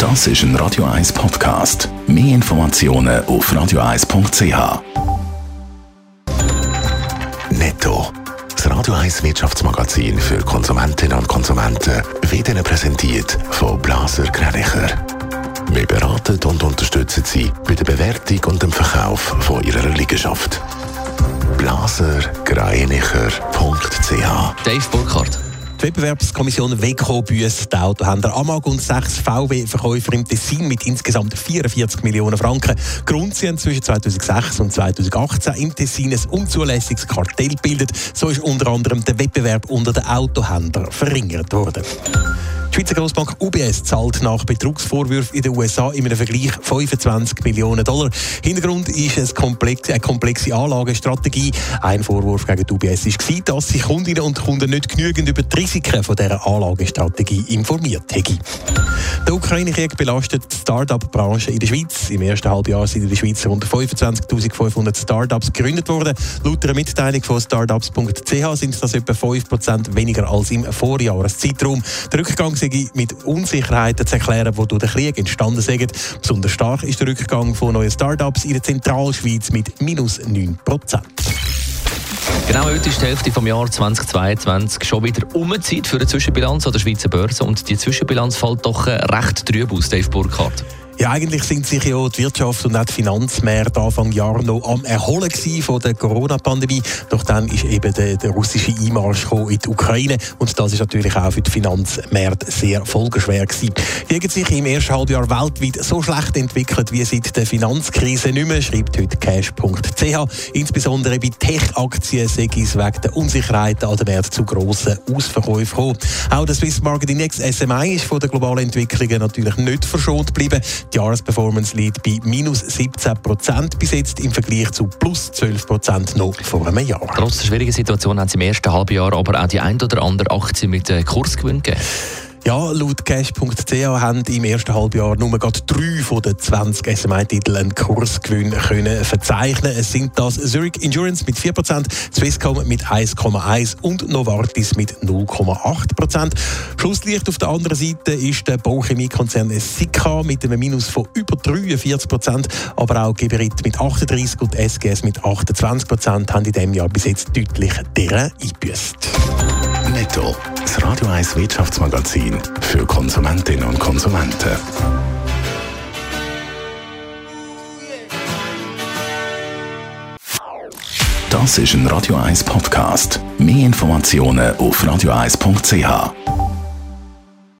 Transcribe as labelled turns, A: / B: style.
A: Das ist ein Radio 1 Podcast. Mehr Informationen auf radio1.ch. Netto. Das Radio 1 Wirtschaftsmagazin für Konsumentinnen und Konsumenten wird Ihnen präsentiert von Blaser Greinicher. Wir beraten und unterstützen Sie bei der Bewertung und dem Verkauf von Ihrer Liegenschaft. blasergreinicher.ch.
B: Dave Burkhardt.
C: Die Wettbewerbskommission WEKO büsst die Autohändler Amag und 6 VW-Verkäufer im Tessin mit insgesamt 44 Millionen Franken. Grund sind zwischen 2006 und 2018 im Tessin ein unzulässiges Kartell gebildet. So ist unter anderem der Wettbewerb unter den Autohändlern verringert worden. Die Schweizer Grossbank UBS zahlt nach Betrugsvorwürfen in den USA in einem Vergleich $25 Millionen. Hintergrund ist eine komplexe Anlagestrategie. Ein Vorwurf gegen die UBS war, dass sich Kundinnen und Kunden nicht genügend über die Risiken dieser Anlagestrategie informiert hätten. Der Ukraine-Krieg belastet die Start-up-Branche in der Schweiz. Im ersten Halbjahr sind in der Schweiz rund 25.500 Start-ups gegründet worden. Laut einer Mitteilung von startups.ch sind das etwa 5% weniger als im Vorjahreszeitraum. Der Rückgang sei mit Unsicherheiten zu erklären, die durch den Krieg entstanden sind. Besonders stark ist der Rückgang von neuen Start-ups in der Zentralschweiz mit minus 9%.
B: Genau heute ist die Hälfte des Jahres 2022 schon wieder Zeit für eine Zwischenbilanz an der Schweizer Börse. Und die Zwischenbilanz fällt doch recht trüb aus, Dave Burkhardt.
C: Ja, eigentlich sind sich ja die Wirtschaft und auch die Finanzmärkte Anfang Jahr noch am Erholen von der Corona-Pandemie. Doch dann ist eben der russische Einmarsch in die Ukraine und das ist natürlich auch für die Finanzmärkte sehr folgenschwer gewesen. Die haben sich im ersten Halbjahr weltweit so schlecht entwickelt wie seit der Finanzkrise nicht mehr, schreibt heute cash.ch. Insbesondere bei Tech-Aktien sei es wegen der Unsicherheiten an den Märkten zu grossen Ausverkäufen gekommen. Auch der Swiss Market Index SMI ist von den globalen Entwicklungen natürlich nicht verschont geblieben. Die Jahresperformance liegt bei minus 17% bis jetzt im Vergleich zu plus 12% noch vor einem Jahr.
B: Trotz der schwierigen Situation hat es im ersten Halbjahr aber auch die ein oder andere Aktie mit Kursgewinn gegeben.
C: Ja, laut cash.ch haben im ersten Halbjahr nur gerade 3 von den 20 SMI-Titeln einen Kursgewinn können verzeichnen. Es sind das Zurich Insurance mit 4%, Swisscom mit 1,1% und Novartis mit 0,8%. Schlusslicht auf der anderen Seite ist der Bauchemiekonzern Sika mit einem Minus von über 43%, aber auch Geberit mit 38% und SGS mit 28% haben in diesem Jahr bis jetzt deutlich deren eingebüßt.
A: Netto. Das Radio 1 Wirtschaftsmagazin für Konsumentinnen und Konsumenten. Das ist ein Radio 1 Podcast. Mehr Informationen auf radio1.ch.